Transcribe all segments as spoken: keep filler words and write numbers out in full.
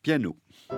piano.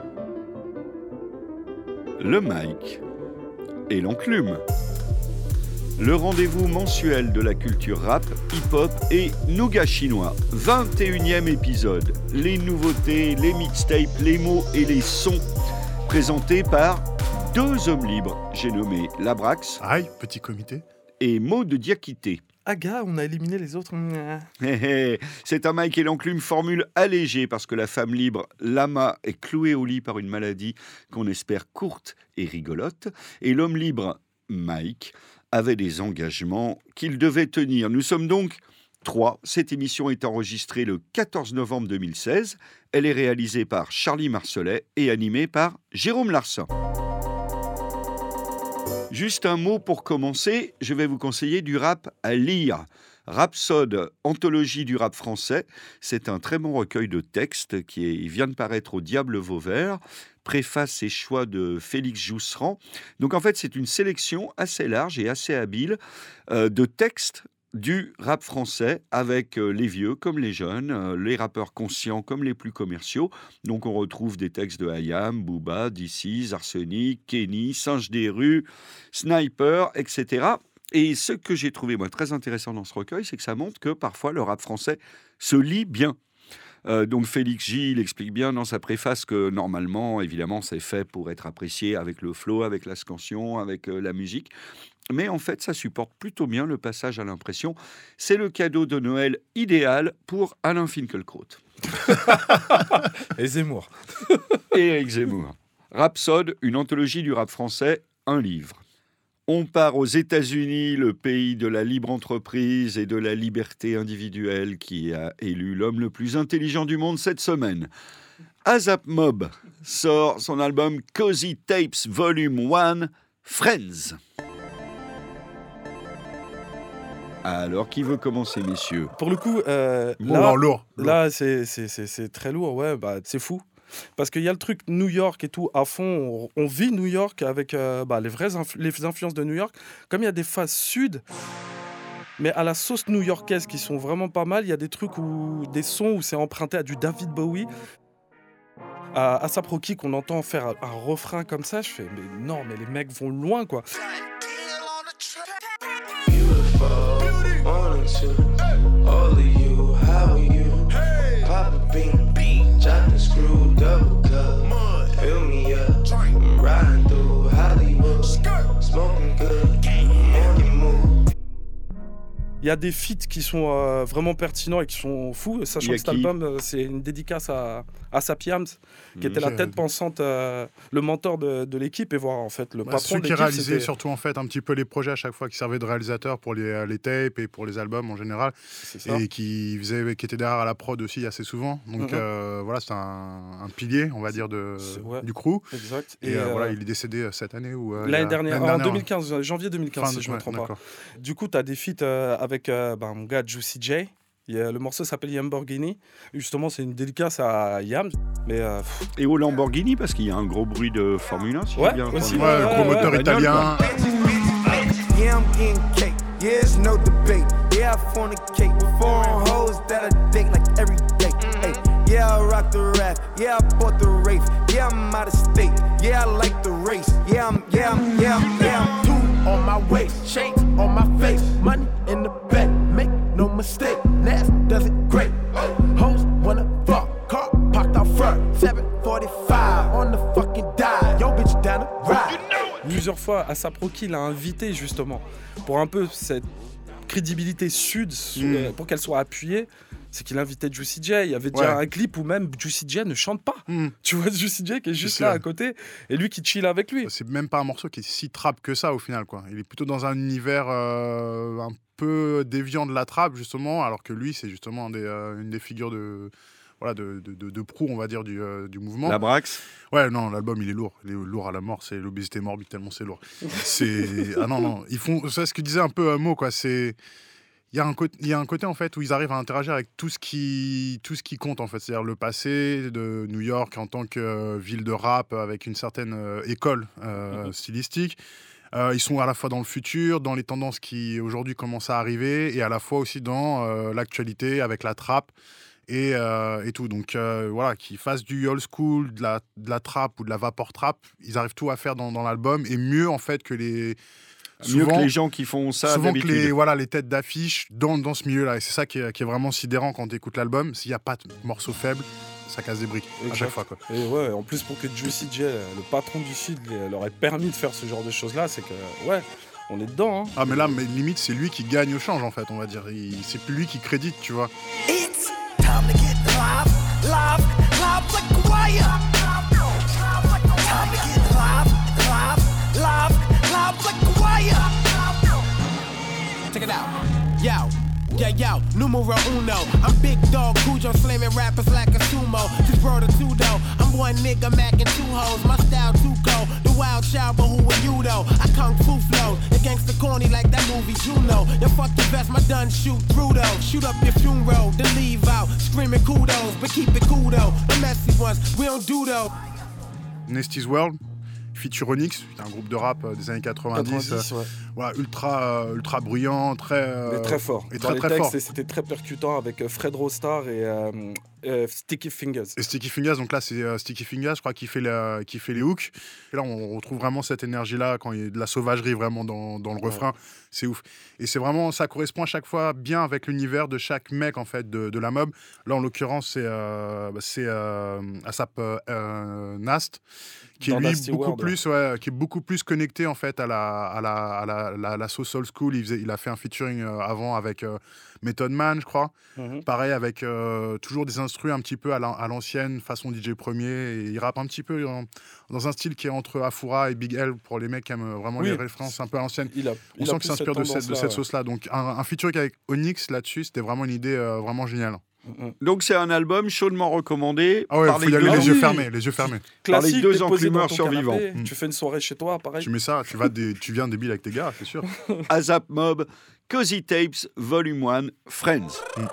Le mic et l'enclume. Le rendez-vous mensuel de la culture rap, hip-hop et nougat chinois. vingt et unième épisode. Les nouveautés, les mixtapes, les mots et les sons présentés par deux hommes libres. J'ai nommé Labrax. Aïe, petit comité. Et Maud de Diakité. Aga, on a éliminé les autres. C'est un Mike et l'enclume formule allégée parce que la femme libre, Lama, est clouée au lit par une maladie qu'on espère courte et rigolote. Et l'homme libre, Mike, avait des engagements qu'il devait tenir. Nous sommes donc trois. Cette émission est enregistrée le quatorze novembre deux mille seize. Elle est réalisée par Charlie Marcelet et animée par Jérôme Larsin. Juste un mot pour commencer, je vais vous conseiller du rap à lire. Rhapsode, anthologie du rap français, c'est un très bon recueil de textes qui est, il vient de paraître au Diable Vauvert, préface et choix de Félix Jousserand. Donc en fait, c'est une sélection assez large et assez habile euh, de textes du rap français avec euh, les vieux comme les jeunes, euh, les rappeurs conscients comme les plus commerciaux. Donc on retrouve des textes de I A M, Booba, D C, Arsenic, Kenny, Singe des rues, Sniper, et cetera. Et ce que j'ai trouvé moi très intéressant dans ce recueil, c'est que ça montre que parfois le rap français se lit bien. Euh, donc Félix J, il explique bien dans sa préface que normalement, évidemment, c'est fait pour être apprécié avec le flow, avec la scansion, avec euh, la musique. Mais en fait, ça supporte plutôt bien le passage à l'impression. C'est le cadeau de Noël idéal pour Alain Finkielkraut. Et Zemmour. Et Eric Zemmour. Rhapsode, une anthologie du rap français, un livre. On part aux États-Unis, le pays de la libre entreprise et de la liberté individuelle, qui a élu l'homme le plus intelligent du monde cette semaine. ASAP Mob sort son album Cozy Tapes Volume un, Friends. Alors, qui veut commencer, messieurs ? Pour le coup, euh, Bon, là, alors, lourd. lourd. là c'est, c'est, c'est, c'est très lourd, ouais, bah, c'est fou. Parce qu'il y a le truc New York et tout à fond. On, on vit New York avec euh, bah, les vraies influ- les influences de New York. Comme il y a des phases sud, mais à la sauce new-yorkaise qui sont vraiment pas mal, il y a des trucs où des sons où c'est emprunté à du David Bowie. À A$ap Rocky qu'on entend faire un, un refrain comme ça, je fais mais non, mais les mecs vont loin quoi. All of you, how are you? Papa bean, drop the screw, double cup. Fill me up, I'm riding through Hollywood, smoking good, on your move. Il y a des feats qui sont euh, vraiment pertinents et qui sont fous, sachant que cet qui album, euh, c'est une dédicace à, à Sapiams, qui était Mmh. la tête pensante, euh, le mentor de, de l'équipe, et voir en fait le Bah, patron celui de qui l'équipe. réalisait c'était- surtout en fait un petit peu les projets à chaque fois, qui servait de réalisateur pour les, les tapes et pour les albums en général, C'est ça. et qui faisait, qui était derrière à la prod aussi assez souvent. Donc Mhm. euh, voilà, c'est un, un pilier, on va dire, de, C'est- ouais. du crew. Exact. Et, euh, voilà, il est décédé euh, cette année ou euh, il y L'année a- dernière, l'année en dernière, deux mille quinze, janvier deux mille quinze, Fin si de- je ne me ouais, trompe pas. d'accord. Du coup, tu as des feats euh, avec euh, ben, mon gars Juicy J. Il y a- le morceau s'appelle Lamborghini. Justement, c'est une dédicace à Yams. Mais euh, pff, Et au Lamborghini, parce qu'il y a un gros bruit de Formule un, si Ouais, j'ai bien aussi, entendu. Ouais, ouais, gros ouais, moteur ouais. italien. Yeah, I'm getting cake, yeah, it's no debate. Yeah, I fornicate with foreign hoes that I date like every day. Hey, yeah, I rock the raft, yeah, I bought the Wraith. Yeah, I'm out of state, yeah, I like the race. Yeah, I'm, yeah, I'm, yeah, I'm, yeah, I'm two on my waist, chains on my face, money in the bank, make no mistake. Nas does it great. Hoes wanna fuck, car parked out front, seven forty-five on the fucking dive. Yo, bitch down the ride. plusieurs fois, A$ap Rocky l'a invité justement pour un peu cette crédibilité sud, sous- Mm. euh, pour qu'elle soit appuyée. C'est qu'il invitait Juicy J. Il y avait déjà Ouais. un clip où même Juicy J ne chante pas. Hmm. Tu vois Juicy J qui est juste C'est là sûr. à côté et lui qui chill avec lui. C'est même pas un morceau qui est si trap que ça au final, quoi. Il est plutôt dans un univers euh, un peu déviant de la trap justement, alors que lui c'est justement un des, euh, une des figures de voilà de, de, de, de proue, on va dire, du, euh, du mouvement. Labrax. Ouais, non, l'album il est lourd, il est lourd à la mort, c'est l'obésité morbide tellement c'est lourd. C'est ah non non, ils font c'est ce que disait un peu un mot, quoi. C'est il y a un côté il y a un côté en fait où ils arrivent à interagir avec tout ce qui tout ce qui compte en fait, c'est-à-dire le passé de New York en tant que euh, ville de rap avec une certaine euh, école euh, Mhm. stylistique. Euh, ils sont à la fois dans le futur, dans les tendances qui aujourd'hui commencent à arriver, et à la fois aussi dans euh, l'actualité avec la trappe. et, euh, et tout. Donc euh, voilà, qu'ils fassent du old school, de la, de la trap ou de la vapor trap, ils arrivent tout à faire dans, dans l'album, et mieux en fait que les... Mieux que les gens qui font ça souvent d'habitude. que les, voilà, les têtes d'affiche dans, dans ce milieu-là. Et c'est ça qui est, qui est vraiment sidérant quand tu écoutes l'album. S'il n'y a pas de morceaux faibles, ça casse des briques Exact. à chaque fois. Quoi. Et ouais, en plus pour que Juicy J, le patron du Sud, leur ait permis de faire ce genre de choses-là, c'est que ouais, on est dedans. Hein. Ah mais là, mais limite, c'est lui qui gagne au change en fait, on va dire. Il, c'est plus lui qui crédite, tu vois. It's time to get live, live, live like a wire. Time to get live, live, live, live like a wire. Check it out, yo. Yeah, yo, numero uno. I'm big dog Cujo, slamming rappers like a sumo. Just brought a two though. I'm one nigga macking two hoes. My style too cold. The wild child, but who are you though? I kung fu flow. The gangster corny like that movie Juno. You fuck your vest, my done shoot through though. Shoot up your funeral, then leave out. Screaming kudos, but keep it cool though. The messy ones, we don't do though. Nesty's World, feature Onyx, c'est un groupe de rap euh, des années quatre-vingt-dix. quatre-vingt-dix, ouais. Voilà, ultra, euh, ultra bruyant, très. Euh, Mais très fort. Et Dans très les très textes, fort. c'était très percutant avec euh, Fred Rostar et euh, euh, Sticky Fingers. Et Sticky Fingers, donc là c'est euh, Sticky Fingers, je crois, qui fait, la, qui fait les hooks. Et là on retrouve vraiment cette énergie-là, quand il y a de la sauvagerie vraiment dans, dans le Ouais. refrain, c'est ouf. Et c'est vraiment, ça correspond à chaque fois bien avec l'univers de chaque mec en fait de, de la mob. Là en l'occurrence c'est, euh, bah, c'est euh, Asap euh, euh, Nast, qui est Dans lui Nasty beaucoup World, plus, ouais, qui est beaucoup plus connecté en fait à la, à la, à la, la, la sauce old school. Il, faisait, il a fait un featuring euh, avant avec euh, Method Man, je crois. Mhm. Pareil avec euh, toujours des instrus un petit peu à, l'an- à l'ancienne, façon D J Premier. Et il rappe un petit peu dans, dans un style qui est entre Afura et Big L pour les mecs qui aiment vraiment Oui. les références un peu à l'ancienne. Il a, On il a sent plus qu'il s'inspire de cette, de tendance-là, cette ouais. sauce-là. Donc un, un featuring avec Onyx là-dessus, c'était vraiment une idée euh, vraiment géniale. Mhm. Donc c'est un album chaudement recommandé Ah ouais, par faut les y aller deux, les Ah yeux oui. fermés, les yeux fermés. Classique, deux t'es posé enclumeurs dans ton survivants. canapé, Mm. Tu fais une soirée chez toi, pareil. Tu mets ça, tu, vas des, tu viens débile avec tes gars, c'est sûr. Azap Mob, Cozy Tapes, Volume un, Friends. Mm.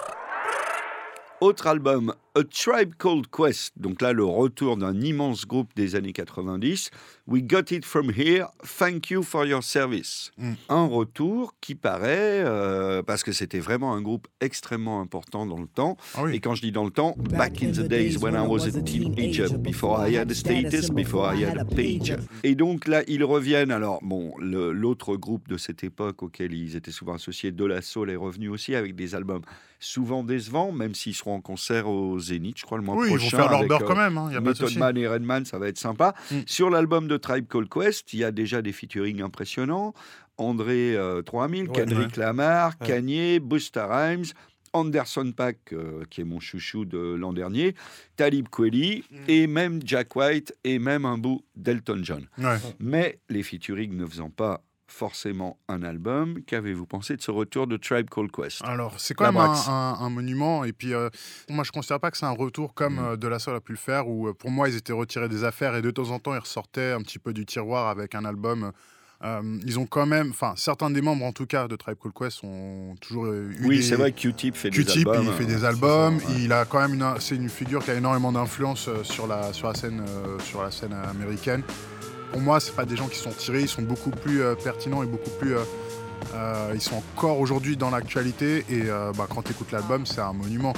Autre album, A Tribe Called Quest. Donc là, le retour d'un immense groupe des années quatre-vingt-dix. We got it from here. Thank you for your service. Mm. Un retour qui paraît, euh, parce que c'était vraiment un groupe extrêmement important dans le temps. Ah oui. Et quand je dis dans le temps, back in the days when I was a teenager, before I had a status, before I had a page. Et donc là, ils reviennent. Alors, bon, le- l'autre groupe de cette époque auquel ils étaient souvent associés, De La Soul, est revenu aussi avec des albums souvent décevants, même s'ils seront en concert au Zénith, je crois, le mois Oui, ils vont prochain. faire leur avec, beurre euh, quand même, il n'y a pas de Method souci. Man et Redman, ça va être sympa. Mm. Sur l'album de Tribe Called Quest, il y a déjà des featuring impressionnants. André euh, trois mille, Ouais, Kendrick Lamar, Ouais. Kanye, Busta Rhymes, Anderson .Paak, euh, qui est mon chouchou de l'an dernier, Talib Kweli, Mm. et même Jack White, et même un bout d'Elton John. Ouais. Mais les featuring ne faisant pas forcément un album, qu'avez-vous pensé de ce retour de Tribe Called Quest? Alors, c'est quand La même un, Brax. un- un monument. Et puis, euh, moi, je ne considère pas que c'est un retour comme Mm. euh, De La Soul a pu le faire, où euh, pour moi, ils étaient retirés des affaires et de temps en temps, ils ressortaient un petit peu du tiroir avec un album. Euh, ils ont quand même, enfin, certains des membres en tout cas de Tribe Called Quest ont toujours euh, eu Oui, des... c'est vrai que Q-Tip fait des Q-Tip, albums. il fait euh, des c'est albums. ça, ouais. Il a quand même une, c'est une figure qui a énormément d'influence euh, sur la sur la scène euh, sur la scène américaine. Pour moi, c'est pas des gens qui sont tirés. Ils sont beaucoup plus euh, pertinents et beaucoup plus. euh, euh, ils sont encore aujourd'hui dans l'actualité. Et euh, bah, quand tu écoutes l'album, c'est un monument.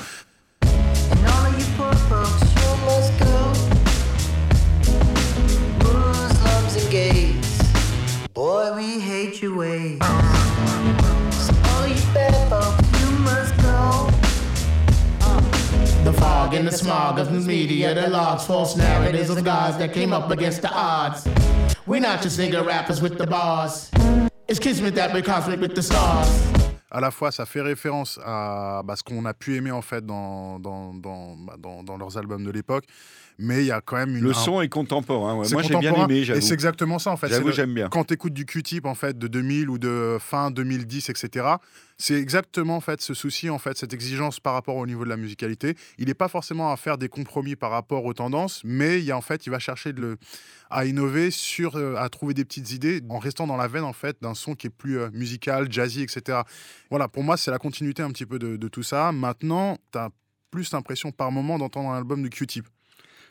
And all of you poor folks, you must go. Muslims and gays, boy, we hate your ways. So all you bad folks, you must go. The fog and the smog of news media, the logs, false narratives of gods that came up against the odds. We're not just nigga rappers with the bars. It's kismet that we're cosmic with the stars. À la fois, ça fait référence à bah, ce qu'on a pu aimer en fait dans, dans, dans, bah, dans, dans leurs albums de l'époque. Mais il y a quand même une. Le un- son est contemporain. ouais. c'est Moi, j'ai bien contemporain, aimé, j'avoue. Et c'est exactement ça en fait. J'avoue, C'est le- j'aime bien. Quand tu écoutes du Q-Tip en fait de deux mille ou de fin deux mille dix, et cetera. C'est exactement en fait ce souci en fait, cette exigence par rapport au niveau de la musicalité. Il n'est pas forcément à faire des compromis par rapport aux tendances, mais il y a en fait, il va chercher de le, à innover sur, euh, à trouver des petites idées en restant dans la veine en fait d'un son qui est plus euh, musical, jazzy, et cetera. Voilà, pour moi c'est la continuité un petit peu de, de tout ça. Maintenant, tu as plus l'impression par moment d'entendre un album de Q-Tip.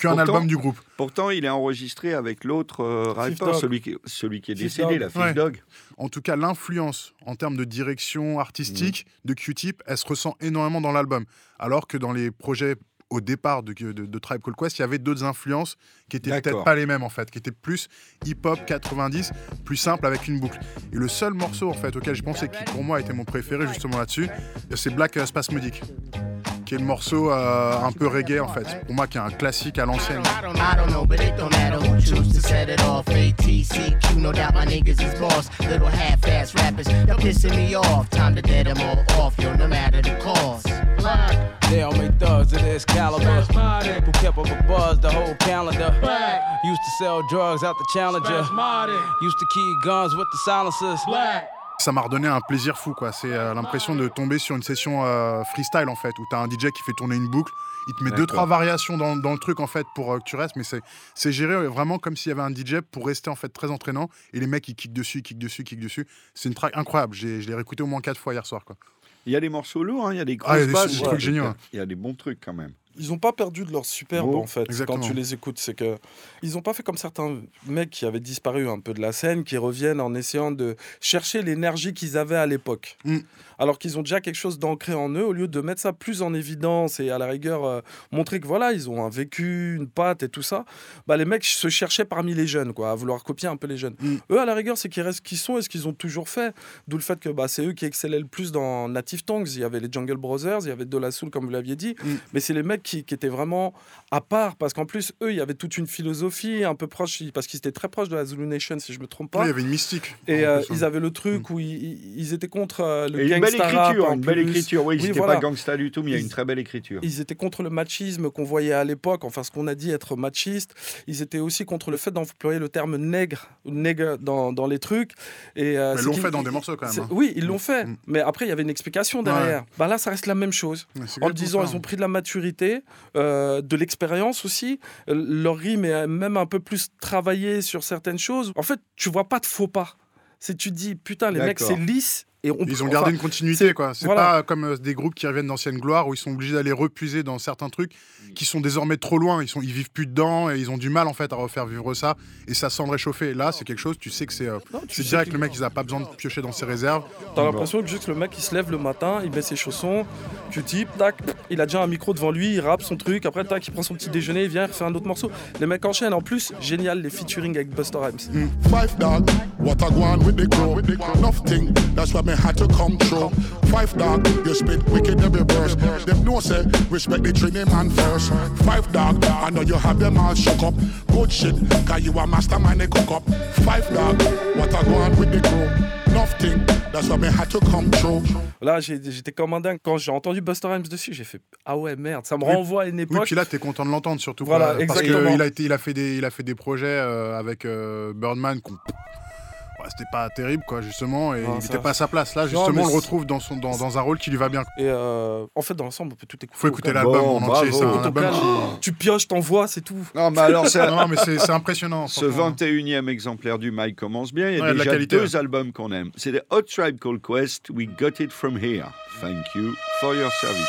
qu'un Pourtant- album du groupe. Pourtant, il est enregistré avec l'autre euh, rapper, Dog. celui qui, celui qui est Fifth décédé, Dog. la Fifth Ouais. Dog. En tout cas, l'influence en termes de direction artistique de Q-Tip, elle se ressent énormément dans l'album. Alors que dans les projets au départ de, de, de Tribe Called Quest, il y avait d'autres influences qui étaient D'accord. peut-être pas les mêmes en fait, qui étaient plus hip-hop quatre-vingt-dix, plus simple avec une boucle. Et le seul morceau en fait auquel je pensais qui pour moi était mon préféré justement là-dessus, c'est Black euh, Spasmodic, qui est le morceau euh, un peu reggae en fait, pour moi qui est un classique à l'ancienne. I don't, I don't know, but it don't matter who choose to set it off. A T C Q, no doubt my niggas is boss. Little half-ass rappers, they're pissing me off. Time to get them all off, yo, no matter the cost. Black, They all make thugs of this caliber. Spasmodic. Who kept up a buzz the whole calendar. Black, Used to sell drugs out the Challenger. Spasmodic. Used to keep guns with the silencers. Black. Ça m'a redonné un plaisir fou quoi. C'est euh, l'impression de tomber sur une session euh, freestyle en fait, où t'as un D J qui fait tourner une boucle, il te met deux D'accord. trois variations dans, dans le truc en fait pour euh, que tu restes, mais c'est c'est géré euh, vraiment comme s'il y avait un D J pour rester en fait très entraînant, et les mecs ils kickent dessus, ils kickent dessus, ils kickent dessus. C'est une track incroyable. J'ai, je l'ai réécouté au moins quatre fois hier soir quoi. Il y a des morceaux lourds, hein, il y a des grosses Ah, il y a des basses. trucs ouais. géniaux, hein. Il y a des bons trucs quand même. Ils n'ont pas perdu de leur superbe Oh, en fait exactement. quand tu les écoutes. C'est que ils n'ont pas fait comme certains mecs qui avaient disparu un peu de la scène, qui reviennent en essayant de chercher l'énergie qu'ils avaient à l'époque. Mm. Alors qu'ils ont déjà quelque chose d'ancré en eux, au lieu de mettre ça plus en évidence et à la rigueur euh, montrer que voilà, ils ont un vécu, une patte et tout ça. Bah, les mecs se cherchaient parmi les jeunes, quoi, à vouloir copier un peu les jeunes. Mm. Eux, à la rigueur, c'est qu'ils restent qui sont et ce qu'ils ont toujours fait. D'où le fait que bah, c'est eux qui excellaient le plus dans Native Tongues. Il y avait les Jungle Brothers, il y avait De La Soul, comme vous l'aviez dit. Mm. Mais c'est les mecs qui, qui étaient vraiment à part, parce qu'en plus, eux, il y avait toute une philosophie un peu proche, parce qu'ils étaient très proches de la Zulu Nation, si je me trompe Ouais, pas. il y avait une mystique. Et en euh, plus, hein. ils avaient le truc où ils, ils- ils étaient contre euh, le Et une belle gangsta rap. écriture, en une belle plus. écriture. Oui, ils Oui, n'étaient voilà. pas gangsta du tout, mais il y a Ils- une très belle écriture. Ils étaient contre le machisme qu'on voyait à l'époque, enfin ce qu'on a dit être machiste. Ils étaient aussi contre le fait d'employer le terme nègre, ou nègre dans, dans les trucs. Et, euh, Mais c'est ils l'ont qu'ils- fait dans des morceaux quand même. c'est- hein. Oui, ils l'ont fait. Mm. Mais après, il y avait une explication derrière. Bah là, ça reste la même chose. Ouais, c'est En exactement disant, ça. ils ont pris de la maturité, euh, de l'expérience aussi. Euh, Leur rime est même un peu plus travaillé sur certaines choses. En fait, tu vois pas de faux pas. C'est tu te dis, putain, les mecs, D'accord. c'est lisse. Et on, Ils ont enfin, gardé une continuité, c'est- quoi. C'est voilà. pas comme euh, des groupes qui reviennent d'anciennes gloires où ils sont obligés d'aller repuiser dans certains trucs qui sont désormais trop loin. Ils sont, ils vivent plus dedans et ils ont du mal en fait à refaire vivre ça. Et ça semble réchauffer. Là, c'est quelque chose. Tu sais que c'est, euh, Non, tu c'est sais direct. qu'il- Le mec, il a pas besoin de piocher dans ses réserves. T'as l'impression que juste le mec il se lève le matin, il met ses chaussons, Q-tip, tac, il a déjà un micro devant lui, il rappe son truc, après tac, il prend son petit déjeuner, il vient, il refait un autre morceau. Les mecs enchaînent. En plus, génial les featuring avec Busta Rhymes. Five dog, what I go on with the crew. Nothing, that's why me had to come true. Five dog, you spit wicked every verse. Them know say, respect the training man first. Five dog, I know you have them all shook up. Good shit, cause you a mastermind they cook up. Five dog, what I go on with the crew. Nothing, that's why me had to come true. Là, j'ai- j'étais comme un dingue. Quand j'ai entendu Busta Rhymes dessus, j'ai fait ah ouais, merde, ça me Oui. renvoie à une Oui, époque. puis là, t'es content de l'entendre surtout. Voilà, quoi, parce exactement. qu'il a été, il a fait des, il a fait des projets euh, avec euh, Birdman qu'on- ouais, c'était pas terrible, quoi, justement, et Non, il ça- était pas à sa place. Là, Non, justement, mais on le c'est- retrouve dans, son, dans, dans un rôle qui lui va bien. Et euh, en fait, dans l'ensemble, on peut tout écouter. Faut écouter Au l'album Bon, en entier. bravo. C'est un calme. album Au qui... Tu pioches, t'envoies, c'est tout. Non, mais alors, c'est Non, mais c'est, c'est impressionnant. ce franchement. vingt et unième exemplaire du Mike commence bien. Il y a Ouais, de la déjà qualité, deux ouais. albums qu'on aime. C'est The Hot Tribe Called Quest, We Got It From Here. Thank you for your service.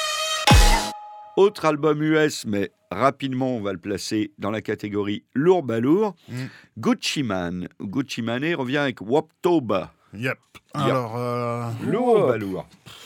Autre album U S, mais rapidement, on va le placer dans la catégorie lourd balourd. Mm. Gucci Mane. Gucci Mane revient avec Woptoba. Yep. Alors, euh, Lourd balourd.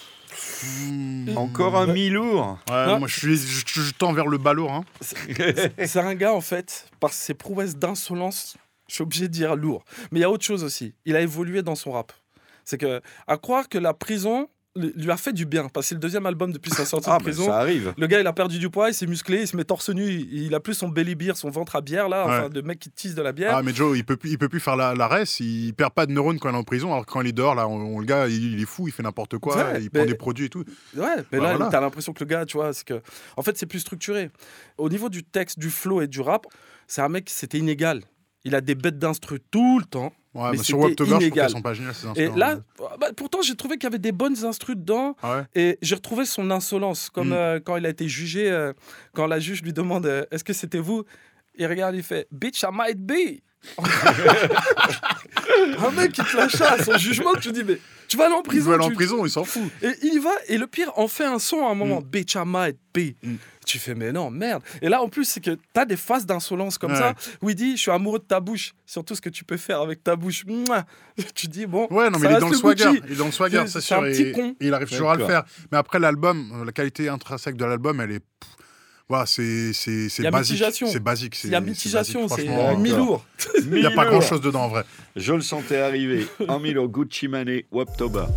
hmm, Encore un mi-lourd. ouais, Non. moi, je, suis, je, je tends vers le balourd. Hein. C'est un gars, en fait, par ses prouesses d'insolence, je suis obligé de dire lourd. Mais il y a autre chose aussi. Il a évolué dans son rap. C'est que, à croire que la prison lui lui a fait du bien, parce que c'est le deuxième album depuis sa sortie Ah, de ben prison. ça arrive. Le gars, il a perdu du poids, il s'est musclé, il se met torse nu, il a plus son belly beer, son ventre à bière, là, enfin, Ouais. de mec qui tisse de la bière. Ah, mais Joe, il peut, plus- il peut plus faire la, la res, il perd pas de neurones quand il est en prison, alors que quand il est dehors, là, on, on- le gars, il, il est fou, il fait n'importe quoi, Ouais, il prend mais- des produits et tout. Ouais, mais Bah, là, voilà. t'as l'impression que le gars, tu vois, c'est que. En fait, c'est plus structuré. Au niveau du texte, du flow et du rap, c'est un mec, c'était inégal. Il a des bêtes d'instru tout le temps. Ouais, Mais mais sur c'était October, je trouve inégal. qu'elles sont pas géniales, ces Et instruments. là, bah, pourtant, j'ai trouvé qu'il y avait des bonnes instrus dedans. Ah ouais. Et j'ai retrouvé son insolence, comme Mm. euh, quand il a été jugé, euh, quand la juge lui demande euh, est-ce que c'était vous. Il regarde, il fait Bitch, I might be. Un mec qui te lâche à son jugement, tu dis, mais tu vas aller en Il prison. va aller en tu- prison, il s'en fout. Et il y va, et le pire, on fait un son à un moment, Mm. Bitch, I might be. Mm. Tu fais, mais non, merde. Et là, en plus, c'est que t'as des phases d'insolence comme Ouais. ça, où il dit, je suis amoureux de ta bouche, surtout ce que tu peux faire avec ta bouche. Mouah. Tu dis, bon. Ouais, non, mais ça il est dans reste le swagger. Gucci. Il est dans le swagger, C'est- c'est c'est sûr. un petit et, con. et il arrive toujours à le D'accord. faire. Mais après, l'album, euh, la qualité intrinsèque de l'album, elle est. pff, Voilà, c'est c'est c'est Il y a basique. mitigation. C'est basique. Il y a c'est- mitigation, c'est c'est basique, franchement, mi-lourd. Il n'y a pas grand chose dedans en vrai. Je le sentais arriver. En Milo, Gucci Mane, Waptoba.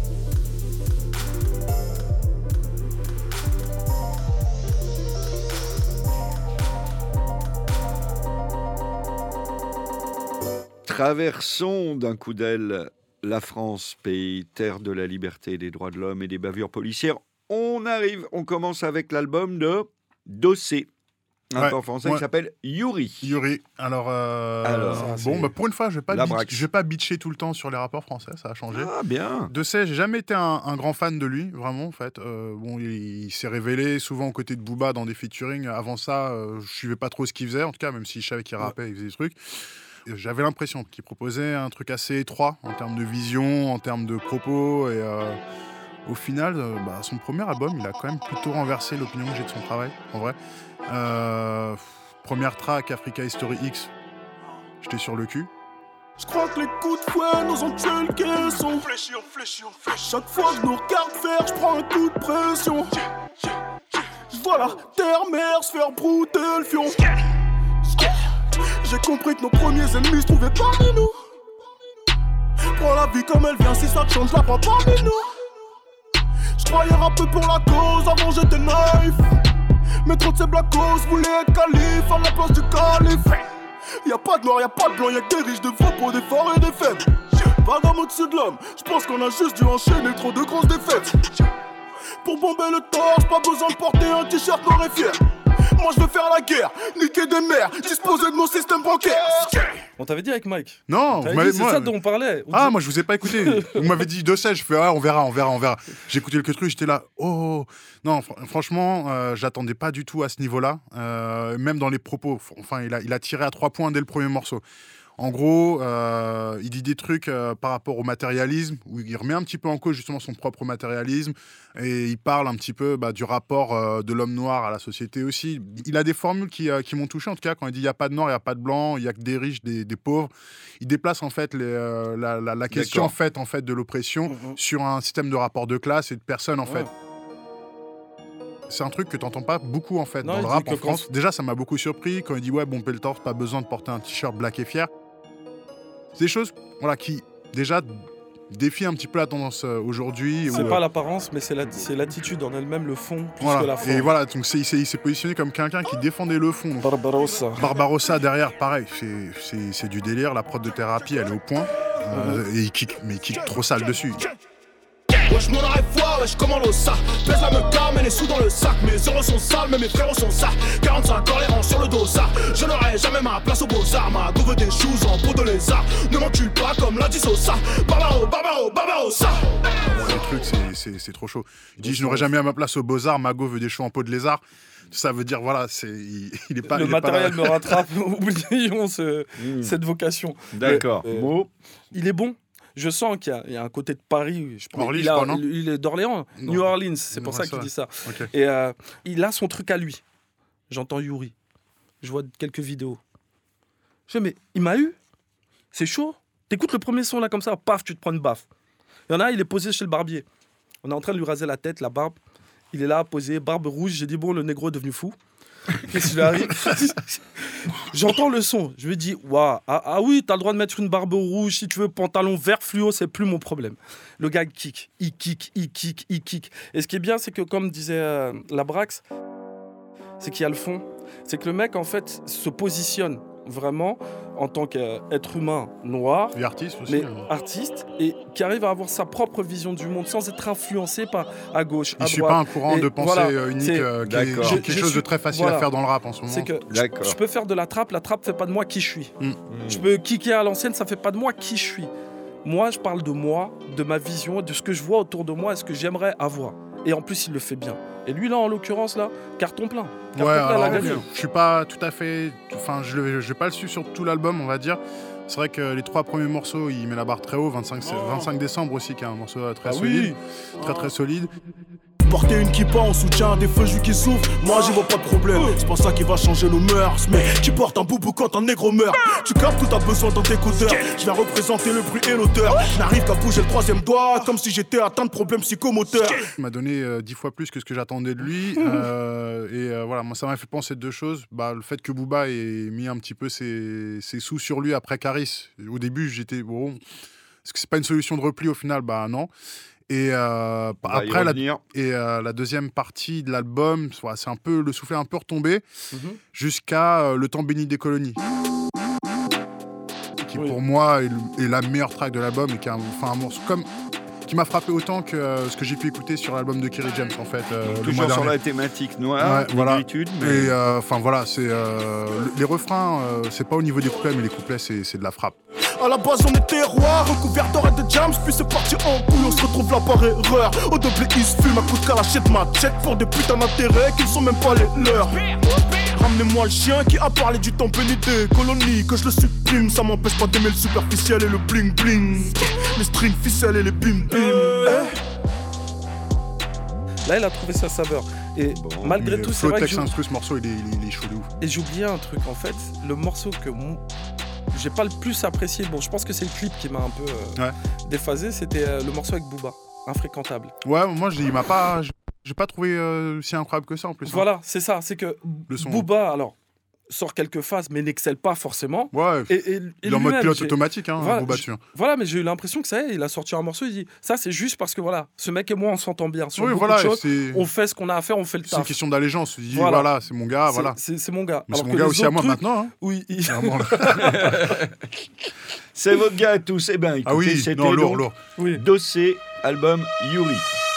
Traversons d'un coup d'aile la France, pays, terre de la liberté, des droits de l'homme et des bavures policières. On arrive, on commence avec l'album de Dossé, un Ouais, rappeur français ouais. qui s'appelle Yuri. Yuri, alors, euh, Alors, ça, bon, c'est- bah, pour une fois, je vais pas La bitch- Brax. je vais pas bitcher tout le temps sur les rappeurs français, ça a changé. Ah bien. De C, j'ai jamais été un, un grand fan de lui, vraiment, en fait. Euh, bon, il, il s'est révélé souvent aux côtés de Booba dans des featuring. Avant ça, euh, je suivais pas trop ce qu'il faisait, en tout cas, même si je savais qu'il rappait, il faisait des trucs. Et j'avais l'impression qu'il proposait un truc assez étroit en termes de vision, en termes de propos. Et euh, au final, euh, bah, son premier album, il a quand même plutôt renversé l'opinion que j'ai de son travail, en vrai. Euh, première track, Africa History X, j'étais sur le cul. Je crois que les coups de fouet nous ont tué le caisson. Fléchis, on fléchit, on fléchit. Chaque fois que je nous regarde faire, je prends un coup de pression. Je vois la terre-mère se faire brouter le fion. J'ai compris que nos premiers ennemis se trouvaient parmi nous. Prends la vie comme elle vient, si ça te change, la prends parmi nous. Je croyais rapper pour la cause, avant j'étais naïf. Mais trop de ces blackos voulaient être calife à la place du calife. Y'a pas de noir, y'a pas de blanc, y'a que des riches, des faux pour des forts et des faibles. Pas d'homme au-dessus de l'homme, j'pense qu'on a juste dû enchaîner trop de grosses défaites. Pour bomber le torse, pas besoin de porter un t-shirt noir et fier. Moi je veux faire la guerre, niquer des mères, disposer de mon système bancaire. On t'avait dit avec Mike. Non, T'avais vous m'avez- dit, c'est moi- ça dont on parlait. On Ah, dit- moi je vous ai pas écouté. Vous m'avez dit deux seize, je fais ah, on verra, on verra, on verra. J'ai écouté quelques trucs, j'étais là, oh. Non, fr- franchement, euh, j'attendais pas du tout à ce niveau-là. Euh, même dans les propos, enfin, il a, il a tiré à trois points dès le premier morceau. En gros, euh, il dit des trucs euh, par rapport au matérialisme, où il remet un petit peu en cause justement son propre matérialisme, et il parle un petit peu bah, du rapport euh, de l'homme noir à la société aussi. Il a des formules qui, euh, qui m'ont touché, en tout cas, quand il dit il n'y a pas de noir, il n'y a pas de blanc, il n'y a que des riches, des, des pauvres. Il déplace en fait les, euh, la, la, la question en fait, en fait, de l'oppression Mhm. sur un système de rapport de classe et de personnes en Ouais. fait. C'est un truc que t'entends pas beaucoup en fait Non, dans il le dit rap que en quand- France. Déjà, ça m'a beaucoup surpris quand il dit ouais, bon, le torse, pas besoin de porter un t-shirt black et fier. C'est des choses voilà, qui déjà défient un petit peu la tendance euh, aujourd'hui. C'est où, pas euh, l'apparence, mais c'est la- c'est l'attitude en elle-même, le fond, plus que la voilà. forme. Et voilà, donc c'est- il s'est il s'est positionné comme quelqu'un qui défendait le fond. Donc, Barbarossa. Barbarossa derrière, pareil, c'est- c'est c'est du délire. La prod de thérapie, elle est au point. Euh, et il kick, mais il kick trop sale dessus. Wesh mon arrêt foire, wesh comment l'eau ça. Pèse la me car, mais les sous dans le sac. Mes euros sont sales, mais mes frérots sont ça. quarante-cinq ans les rangs sur le dos ça. Je n'aurai jamais ma place aux beaux-arts. Ma go veut des choses en peau de lézard. Ne m'encule pas comme l'a dit Sosa. Barbaro, barbaro, barbaro ça. Ces trucs, c'est- c'est c'est trop chaud. Il dit je n'aurai jamais à ma place aux Beaux-Arts. Mago veut des choux en peau de lézard. Ça veut dire voilà, c'est il, il est pas. Le il est pas matériel là. me rattrape. Oublions ce- Mmh. cette vocation. D'accord. Euh, Mo, Il est bon. Je sens qu'il y a, il y a un côté de Paris. Je pense, Orly, il, je a- crois, non il- il est d'Orléans, Non. New Orleans. C'est pour Ouais, ça ça qu'il va. dit ça. Ok. Et euh, il a son truc à lui. J'entends Yuri. Je vois quelques vidéos. Je fais, mais il m'a eu. C'est chaud. T'écoutes le premier son là comme ça, paf, tu te prends une baffe. Il y en a un, il est posé chez le barbier. On est en train de lui raser la tête, la barbe. Il est là, posé, barbe rouge. J'ai dit, bon, le négro est devenu fou. Qu'est-ce qui lui arrive? J'entends le son. Je lui dis, waouh, ah, ah oui, t'as le droit de mettre une barbe rouge. Si tu veux, pantalon vert fluo, c'est plus mon problème. Le gars, il kick, il kick, il kick, il kick. Et ce qui est bien, c'est que, comme disait euh, la Brax, c'est qu'il y a le fond. C'est que le mec, en fait, se positionne vraiment en tant qu'être humain noir, Et artiste aussi. mais hein. artiste, et qui arrive à avoir sa propre vision du monde sans être influencé par à gauche, Il à suit droite. pas un courant Et de pensée voilà, euh, unique c'est- euh, qui est D'accord. qui est Je- quelque je chose de suis- très facile voilà. à faire dans le rap en ce moment. C'est que je, D'accord. je peux faire de la trappe, la trappe fait pas de moi qui je suis. Mm. Je peux kicker à l'ancienne, ça fait pas de moi qui je suis. Moi, je parle de moi, de ma vision, de ce que je vois autour de moi et ce que j'aimerais avoir. Et en plus, il le fait bien. Et lui, là, en l'occurrence, là, carton plein. Carton Ouais, plein, il a alors, gagné. je suis pas tout à fait. Enfin, je ne vais pas le suivre sur tout l'album, on va dire. C'est vrai que les trois premiers morceaux, il met la barre très haut. vingt-cinq, Oh. vingt-cinq décembre aussi, qui est un morceau euh, très Ah solide. oui. Très très solide. Porter une kippa en soutien des feux jus qui souffrent, moi j'y vois pas de problème. C'est pas ça qui va changer nos mœurs, mais qui porte un boubou quand un négro meurt. Tu captes tout t'as besoin d'un décodeur. Je viens représenter le bruit et l'auteur. Je n'arrive qu'à bouger le troisième doigt, comme si j'étais atteint de problèmes psychomoteurs. Il m'a donné euh, dix fois plus que ce que j'attendais de lui. euh, et euh, voilà, moi ça m'a fait penser deux choses. Bah, le fait que Booba ait mis un petit peu ses, ses sous sur lui après Caris. Au début, j'étais bon. Est-ce que c'est pas une solution de repli au final? Bah non. Et euh, On va y après la, revenir. et euh, la deuxième partie de l'album, voilà, c'est un peu le soufflet un peu retombé Mhm. jusqu'à euh, Le temps béni des colonies, qui Oui. pour moi est, le- est la meilleure track de l'album et qui a un, enfin, un morceau comme qui m'a frappé autant que euh, ce que j'ai pu écouter sur l'album de Kerry James en fait euh, le mois Toujours sur dernier. la thématique noire, Ouais, voilà. négritude, mais Et enfin voilà, c'est euh, le- les refrains, euh, c'est pas au niveau des couplets, mais les couplets c'est c'est de la frappe. À la base on était roi, recouvert d'or et de jams, puis c'est parti en couille, on se retrouve là par erreur. Au double il se fume à coup de calachette machette pour des putains d'intérêts qui ne sont même pas les leurs. Ramenez-moi le chien qui a parlé du temps béni des colonies, que je le supprime, ça m'empêche pas d'aimer le superficiel et le bling bling. Les strings ficelles et les bim bim. Là, il a trouvé sa saveur. Et malgré Mais tout, c'est flow, vrai que texte, j'ai- instru, ce morceau il est, il est- il est chaud de ouf. et j'ai oublié un truc en fait, le morceau que mon- j'ai pas le plus apprécié, bon je pense que c'est le clip qui m'a un peu euh, Ouais. déphasé, c'était euh, le morceau avec Booba, Infréquentable. Ouais, moi je- il m'a pas, j'ai pas trouvé euh, si incroyable que ça en plus. hein. Voilà, c'est ça, c'est que Le son. Booba, alors, sort quelques phases mais n'excelle pas forcément. Ouais. Et, et- et Il est en mode lui-même, pilote j'ai- automatique, hein, Voilà, Booba je- dessus, hein. Voilà, mais j'ai eu l'impression que ça y est, il a sorti un morceau, il dit ça c'est juste parce que voilà, ce mec et moi on s'entend bien sur Oui, beaucoup voilà, de choses, c'est- on fait ce qu'on a à faire, on fait le C'est une taf. question d'allégeance. Tu dis Voilà. voilà, c'est mon gars, C'est- voilà. C'est c'est mon gars. Mais c'est Alors mon que gars les aussi à autres moi trucs- maintenant. Hein. Oui, il- Clairement, là. c'est votre gars à tous. Eh bien, écoutez, Ah oui, c'était non, lourd, donc lourd. oui. Dossé, album Yuri.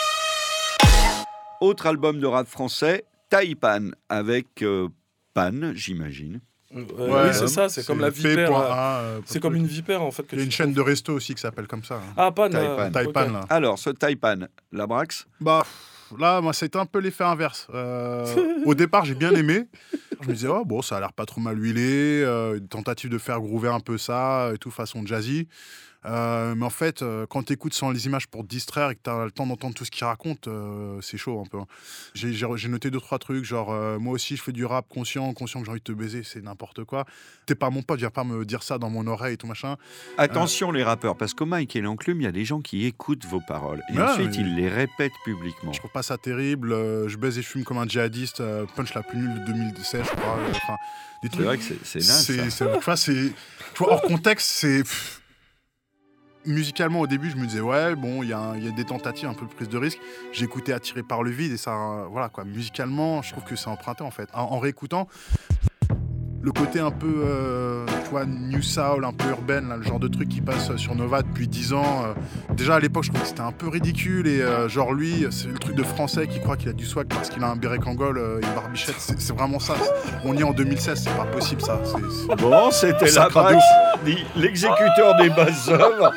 Autre album de rap français, Taipan, avec euh, Pan, j'imagine. Euh, Ouais, oui, c'est ça, c'est comme la P vipère. point euh, A, euh, C'est comme une vipère en fait. Que Il y a tu une chaîne trouves. de resto aussi qui s'appelle comme ça. hein. Ah, Pan. Taipan. euh, Taipan, ok. là. Alors, ce Taipan, la Brax, Bah, pff, là, moi, c'était un peu l'effet inverse. Euh, au départ, j'ai bien aimé. Je me disais, oh, bon, ça a l'air pas trop mal huilé. euh, une tentative de faire groover un peu ça et tout, façon jazzy. Euh, mais en fait, euh, quand tu écoutes sans les images pour te distraire et que tu as le temps d'entendre tout ce qu'il raconte, euh, c'est chaud un peu. hein. J'ai j'ai- j'ai noté deux, trois trucs, genre, euh, moi aussi, je fais du rap conscient, conscient que j'ai envie de te baiser, c'est n'importe quoi. T'es pas mon pote, viens pas me dire ça dans mon oreille et tout machin. attention les rappeurs, parce qu'au Mike et l'enclume, il y a des gens qui écoutent vos paroles. Et Ouais, ensuite, mais- ils les répètent publiquement. Je trouve pas ça terrible. euh, je baise et je fume comme un djihadiste. euh, punch la plus nulle de deux mille seize, je crois. euh, Enfin, des C'est trucs. vrai que c'est c'est naze, C'est, ça. c'est- tu vois, c'est, tu vois, hors contexte, c'est. pff, musicalement, au début, je me disais, ouais, bon, il y, a un- il y a des tentatives, un peu de prise de risque. J'ai écouté Attiré par le vide et ça, euh, voilà quoi. Musicalement, je trouve que c'est emprunté en fait. En, en réécoutant, le côté un peu, euh, tu vois, New Soul, un peu urbaine, là, le genre de truc qui passe sur Nova depuis dix ans. euh, déjà à l'époque, je trouvais que c'était un peu ridicule et euh, genre lui, c'est le truc de français qui croit qu'il a du swag parce qu'il a un béret Kangol et une barbichette. C'est, c'est vraiment ça. On y est en deux mille seize, c'est pas possible ça. C'est, c'est- Bon, c'était la Sacre de Brax, dit l'exécuteur des basses œuvres.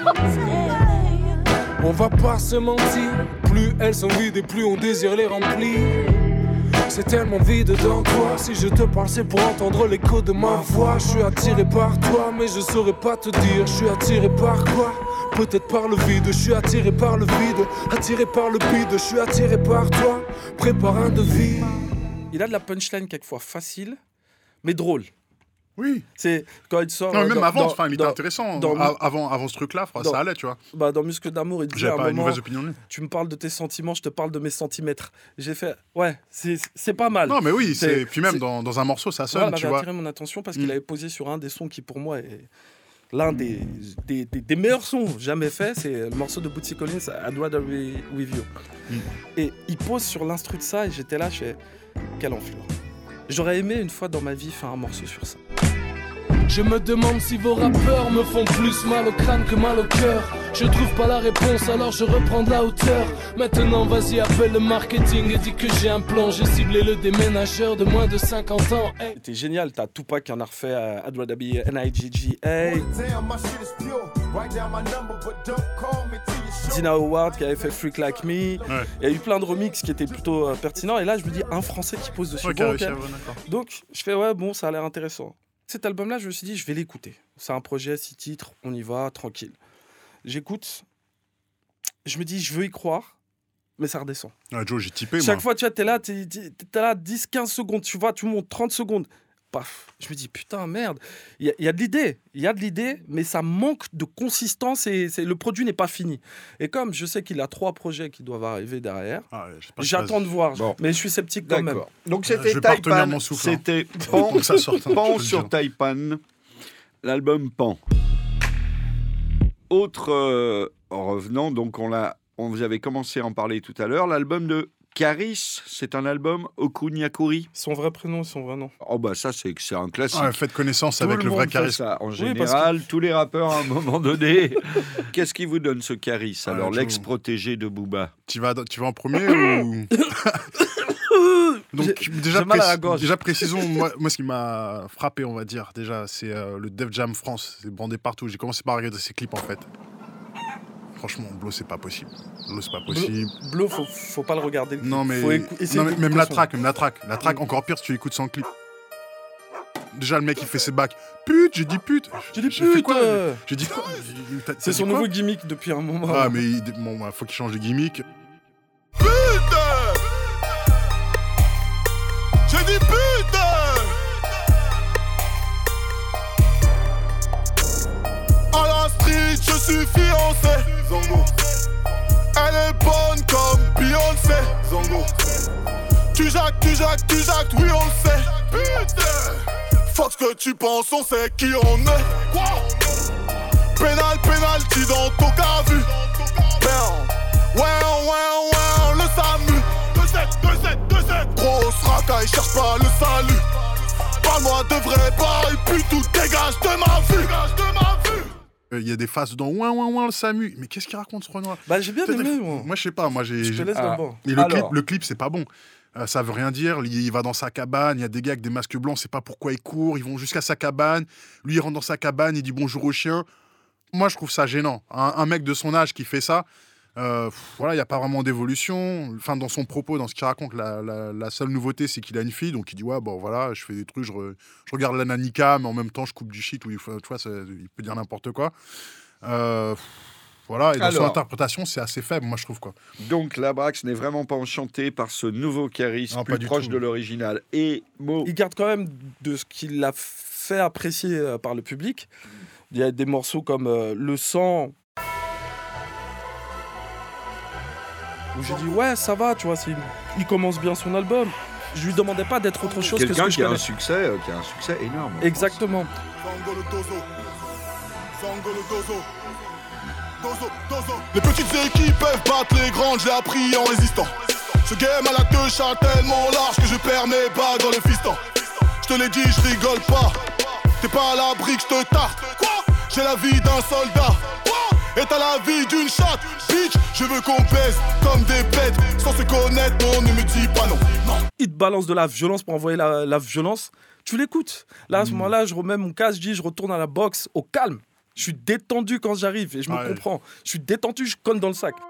On va pas se mentir, plus elles sont vides et plus on désire les remplir. C'est tellement vide dans toi, si je te parle c'est pour entendre l'écho de ma voix. Je suis attiré par toi, mais je saurais pas te dire. Je suis attiré par quoi? Peut-être par le vide, je suis attiré par le vide. Attiré par le vide, je suis attiré par toi. Prépare un devis. Il a de la punchline quelquefois facile, mais drôle. Oui. C'est quand il sort. Non, mais euh, même dans- avant, dans- enfin, il était dans- intéressant. dans- A- avant, avant ce truc-là, frère, dans- ça allait, tu vois. Bah, dans Muscle d'amour, il disait J'avais à un pas une moment, mauvaise opinion de lui. tu me parles de tes sentiments, je te parle de mes centimètres. J'ai fait, ouais, c'est c'est pas mal. Non, mais oui, C'est- c'est... puis même c'est- dans, dans un morceau, ça sonne, Voilà, tu m'avait vois. attiré mon attention parce Mm. qu'il avait posé sur un des sons qui, pour moi, est l'un des, des, des- des meilleurs sons jamais faits. C'est le morceau de Bootsy Collins, I'd Rather Be With You. Mm. Et il pose sur l'instru de ça et j'étais là, je fais, quelle enflure. J'aurais aimé une fois dans ma vie faire un morceau sur ça. Je me demande si vos rappeurs me font plus mal au crâne que mal au cœur. Je trouve pas la réponse, alors je reprends de la hauteur. Maintenant vas-y appelle le marketing et dis que j'ai un plan. J'ai ciblé le déménageur de moins de cinquante ans. Hey. C'était génial, t'as Tupac qui en a refait à I'd Rather Be N I G G A. Dina Howard qui avait fait Freak Like Me. Ouais. Il y a eu plein de remixes qui étaient plutôt euh, pertinents. Et là, je me dis, un Français qui pose dessus. Ok, Bon, ok. réussi à- ouais, d'accord. Donc, je fais, ouais, bon, ça a l'air intéressant. Cet album-là, je me suis dit, je vais l'écouter. C'est un projet, six titres, on y va, tranquille. J'écoute, je me dis, je veux y croire, mais ça redescend. Ah, Joe, j'ai typé, Chaque moi. fois, tu vois, t'es là, t'es, t'es, t'es là dix quinze secondes, tu vois, tu montes trente secondes. Paf, je me dis, putain, merde. Il y, a- il y a de l'idée, il y a de l'idée, mais ça manque de consistance et c'est, le produit n'est pas fini. Et comme je sais qu'il a trois projets qui doivent arriver derrière, Ah, ouais, j'espère que j'attends de voir, Bon. mais je suis sceptique quand même. D'accord. Donc Euh, c'était je vais pas retenir Taipan. mon souffle, hein. C'était Pan, Pour que ça sorte, hein, je Pan peux le sur dire. Taipan. L'album Pan. Autre euh, revenant, donc on l'a, on vous avait commencé à en parler tout à l'heure. L'album de Caris, c'est un album Okunyakuri. Son vrai prénom, son vrai nom. Oh bah ça c'est c'est un classique. Ah, faites connaissance Tout avec le, monde vrai fait charisme. ça. En Oui, général, tous les rappeurs à un moment donné. Qu'est-ce qui vous donne ce Caris Ah, alors, Joe. l'ex-protégé de Booba? Tu vas, tu vas en premier ou... Donc, J'ai- déjà, j'ai mal à la précis- gorge. déjà précisons, moi, moi, ce qui m'a frappé, on va dire, déjà, c'est euh, le Def Jam France. C'est bandé partout. J'ai commencé par regarder ses clips, en fait. Franchement, Blo, c'est pas possible. Blo, c'est pas possible. Blo, faut, faut pas le regarder. le clip. Non, mais, Faut écou- essayer non, mais d'écouter même la son- track, même la track. La track, encore pire si tu l'écoutes sans clip. Déjà, le mec, il fait ses bacs. Pute, j'ai dit pute. J'ai dit J'ai fait pute, quoi euh. J'ai dit quoi J'ai dit- t'as- t'as C'est dit son quoi nouveau gimmick depuis un moment. Ah, mais il, bon, bah, faut qu'il change de gimmick. J'ai dit putain. À la street, je suis fiancé. Zango. Elle est bonne comme Beyoncé. Zango. Tu jacques, tu jacques, tu jacques, oui on le sait. Putain. Fuck ce que tu penses, on sait qui on est. Quoi? Pénal, pénalty dans ton cas vu. Ouais, ouais, ouais, le SAMU. deux sept, deux sept, deux sept. Grosse racaille, cherche pas le salut. Parle-moi de vrai bail, puis tout dégage de ma vue. Dégage de ma vue. Il y a des phases dans ouin ouin ouin le SAMU. Mais qu'est-ce qu'il raconte ce Renoir? Bah, j'ai bien aimé, moi. Moi, je sais pas. Moi, j'ai. Je te j'ai- laisse Ah. d'abord. Et le Alors. clip, le clip, c'est pas bon. Euh, ça veut rien dire. Il, il va dans sa cabane. Il y a des gars avec des masques blancs. C'est pas pourquoi ils courent. Ils vont jusqu'à sa cabane. Lui, il rentre dans sa cabane. Il dit bonjour au chien. Moi, je trouve ça gênant. Un, un mec de son âge qui fait ça. euh, pff, voilà, il n'y a pas vraiment d'évolution. Enfin, dans son propos, dans ce qu'il raconte, la, la- la seule nouveauté, c'est qu'il a une fille. Donc, il dit ouais, bon, voilà, je fais des trucs. Je, re- je regarde la Nanika, mais en même temps, je coupe du shit. Ou il, faut- tu vois, ça- il peut dire n'importe quoi. Euh, pff, voilà. Et dans son Alors. interprétation, c'est assez faible, moi, je trouve, quoi. Donc Labrax n'est vraiment pas enchanté par ce nouveau Caris, Non, plus pas du proche tout. de l'original. Et Mo, Il garde quand même de ce qu'il a fait apprécier euh, par le public. Il y a des morceaux comme euh, Le Sang, où j'ai dit ouais, ça va, tu vois, c'est- il commence bien son album. Je lui demandais pas d'être autre chose que ce quelqu'un que je qui a un connais. succès, euh, qui a un succès énorme. je pense. Exactement. Zango le dozo. Zango le dozo. Dozo, dozo. Les petites équipes peuvent battre les grandes, j'ai appris en résistant. Ce game à la teuf a tellement large que je perds mes bagues dans le fiston. Je te l'ai dit, je rigole pas. T'es pas à l'abri que je te tarte. Quoi? J'ai la vie d'un soldat. Quoi? Et t'as la vie d'une chatte. Bitch, je veux qu'on baisse comme des bêtes. Sans se connaître, non, ne me dis pas non. Non. Il te balance de la violence pour envoyer la, la violence. Tu l'écoutes. Là, à ce moment-là, je remets mon casque, je dis, je retourne à la boxe au calme. Je suis détendu quand j'arrive et je me Ouais. comprends. Je suis détendu, je conne dans le sac.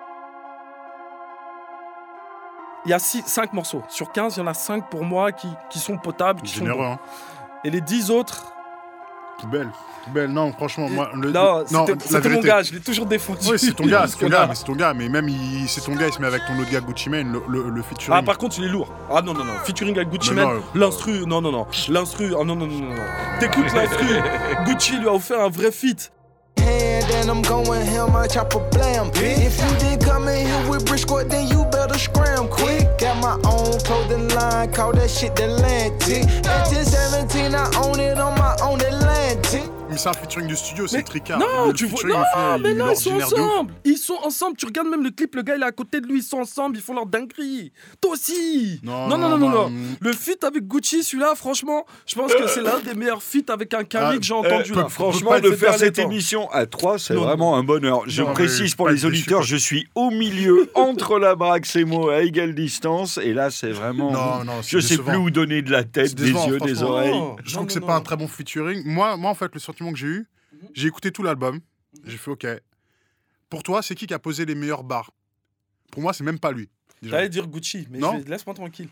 Il y a cinq morceaux. Sur quinze, il y en a cinq pour moi qui, qui sont potables. Qui sont Généreux, bons. hein. Et les dix autres, Poubelle. Poubelle, non, franchement, moi. Le, non, le- c'était la c'était mon vérité. gars, je l'ai toujours défendu. Oui, c'est ton gars, c'est ton Jusque-là. gars, mais c'est ton gars, mais même il- c'est ton gars, il se met avec ton autre gars Gucci Mane, le, le, le featuring. Ah, par contre, il est lourd. Ah non, non, non. Featuring avec Gucci Mais Mane, non, l'instru, non, non, non. L'instru, ah non, non, non, non. non. T'écoutes l'instru. Gucci lui a offert un vrai feat. Hand and I'm going ham, I chop a blam. If you didn't come in here with Briscoe, then you better scram quick. Got my own clothing line, call that shit the Atlantic. nineteen seventeen, I own it on my own Atlantic. Mais c'est un featuring du studio, c'est Mais- Tricard. Non, Le tu vois, featuring, non, au final, mais il là, est ils sont ordinaire de ouf. ensemble. Ils sont ensemble. Tu regardes même le clip, le gars, il est à côté de lui, ils sont ensemble, ils font leur dinguerie. Toi aussi. Non, non, non, non, non, non. non. Le feat avec Gucci, celui-là, franchement, je pense que c'est l'un des meilleurs feats avec un carré Ah, que j'ai entendu là. Euh, Franchement, Pas de ces faire derniers cette temps. émission à trois, c'est Non, vraiment un bonheur. Je Non, mais précise pour pas les déçu, auditeurs, quoi. je suis au milieu, entre Labrax et Mo, à égale distance. Et là, c'est vraiment... Non, non, c'est je sais décevant. plus où donner de la tête, C'est des décevant, yeux, des franchement. oreilles. Non, Je non, trouve que c'est non, pas non. un très bon featuring. Moi, moi, en fait, le sentiment que j'ai eu, j'ai écouté tout l'album. J'ai fait OK. Pour toi, c'est qui qui a posé les meilleures barres? Pour moi, c'est même pas lui. déjà. J'allais dire Gucci, mais Non. je vais- laisse-moi tranquille.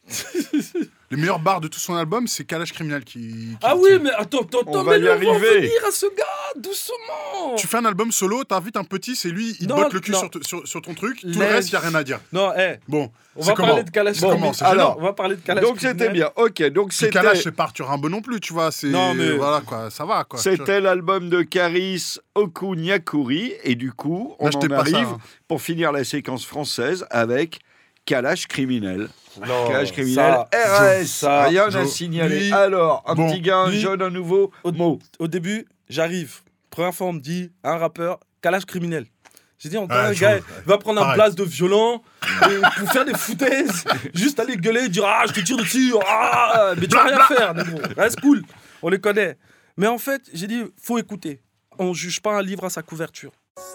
Les meilleures barres de tout son album, c'est Kalash Criminel qui. qui Ah oui, mais attends, attends, On attends, va mais y le arriver. venir à ce gars, doucement. Tu fais un album solo, t'invites un petit, c'est lui, il te Non, botte le cul non. sur, t- sur, sur ton truc, tout le Laisse. reste, il n'y a rien à dire. Non, hé, Bon, on c'est va comment parler de Kalash C'est comment Criminel. C'est Alors, gênant. On va parler de Kalash Donc c'était Criminel. bien. Ok, donc Puis c'était Kalash, c'est pas Arthur Rimbaud non plus, tu vois. C'est... Non, mais- Voilà, quoi, ça va, quoi. C'était l'album de Karis Okunyakuri et du coup, on N'achetez en pas ça, arrive hein. pour finir la séquence française avec Kalash Criminel. Non, Kalash Criminel, ça, R A S, ça, rien à Joe, signaler. lui, Alors, un bon, petit gars, un lui, jeune, un nouveau au, mot. au début, j'arrive. Première fois, on me dit un rappeur, Kalash Criminel. J'ai dit, on Ouais, un je- gars il va prendre un pareil. blast de violent et pour faire des foutaises, juste aller gueuler, dire ah je te tire dessus, ah mais tu vas rien faire, négro. Reste cool, on les connaît. Mais en fait, j'ai dit faut écouter. On juge pas un livre à sa couverture.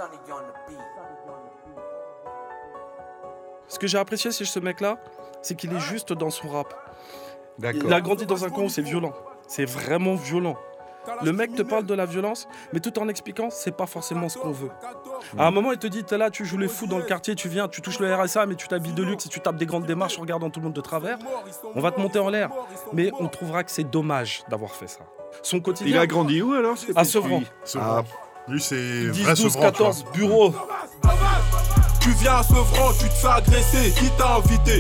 Ce que j'ai apprécié chez ce mec-là, c'est qu'il est juste dans son rap. D'accord. Il a grandi dans un coin où c'est violent. C'est vraiment violent. Le mec te parle de la violence, mais tout en expliquant, c'est pas forcément ce qu'on veut. À un moment, il te dit, t'es là, tu joues les fous dans le quartier, tu viens, tu touches le R S A, mais tu t'habilles de luxe et tu tapes des grandes démarches en regardant tout le monde de travers. On va te monter en l'air. Mais on trouvera que c'est dommage d'avoir fait ça. Son Il quotidien. a grandi où alors c'est À petit Sevran. Sevran. Lui, c'est dix, vrai douze, Sevran, tu vois. quatorze bureaux. Tu viens à Sevran, tu te fais agresser, qui t'a invité?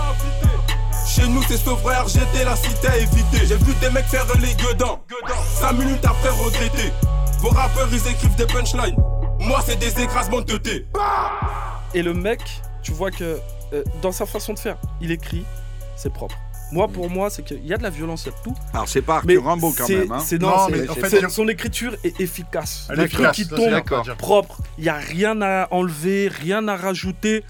Chez nous c'est Sauveur, j'étais la cité à éviter. J'ai vu des mecs faire les gueudins, cinq minutes après regretter. Vos rappeurs ils écrivent des punchlines, moi c'est des écrasements de thé. Et le mec, tu vois que euh, dans sa façon de faire, il écrit, c'est propre. Moi, pour moi, c'est qu'il y a de la violence, il y a de tout. Alors c'est pas Mais Arthur Rimbaud quand c'est- même. Hein. c'est- non, Non, c'est- mais en c'est- fait, c'est- il- son écriture est efficace. Elle Le est truc efficace, qui ça, c'est tombe d'accord. propre, il y a rien à enlever, rien à rajouter.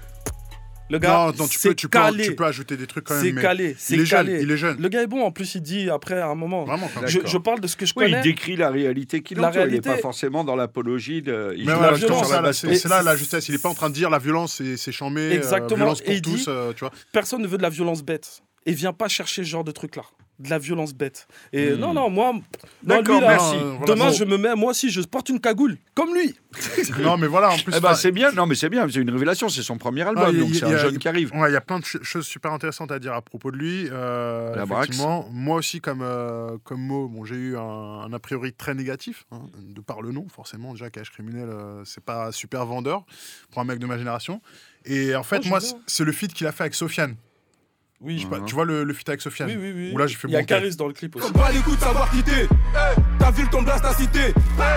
Le gars, Non, non, tu c'est peux, tu, peux, calé. tu peux ajouter des trucs quand même. C'est mais calé, c'est il est jeune, calé. il est jeune. Le gars est bon, en plus il dit après à un moment. Vraiment, quand même. Je, D'accord. je parle de ce que je Oui, connais. il décrit la réalité qu'il La entoure. Il n'est réalité- pas forcément dans l'apologie de. Il Mais joue voilà, la justement, violence. ça, là, Et c'est c'est là c'est- la justesse. Il est pas en train de dire la violence, c'est c'est chambé, euh, Exactement. violence Et pour il tous, dit- euh, tu vois. Personne ne veut de la violence bête. Et viens pas chercher ce genre de truc là. De la violence bête. Et Hmm. non, non, moi. Non, D'accord, lui, là, merci. Non, euh, voilà, Demain, bon. je me mets, moi aussi, je porte une cagoule, comme lui. Non, mais voilà, en plus. Eh ben, enfin, c'est bien, non mais c'est bien, c'est une révélation, c'est son premier album, Ah, il y a- donc il y c'est a- un jeune qui arrive. Ouais, il y a plein de ch- choses super intéressantes à dire à propos de lui. Euh, La Brax. effectivement, moi aussi, comme, euh, comme mot, bon, j'ai eu un, un a priori très négatif, hein, de par le nom, forcément. Déjà, Kalash Criminel, euh, c'est pas super vendeur pour un mec de ma génération. Et en fait, Oh, j'aime moi, bien. c'est- c'est le feat qu'il a fait avec Sofiane. Oui, Je sais pas, tu vois le, le feat avec Sofiane oui, oui, oui. Où là, j'ai fait Il y a bon, ok. Caris dans le clip aussi. Comme pas les coups de savoir quitter. Ta ville, ton blast, ta cité.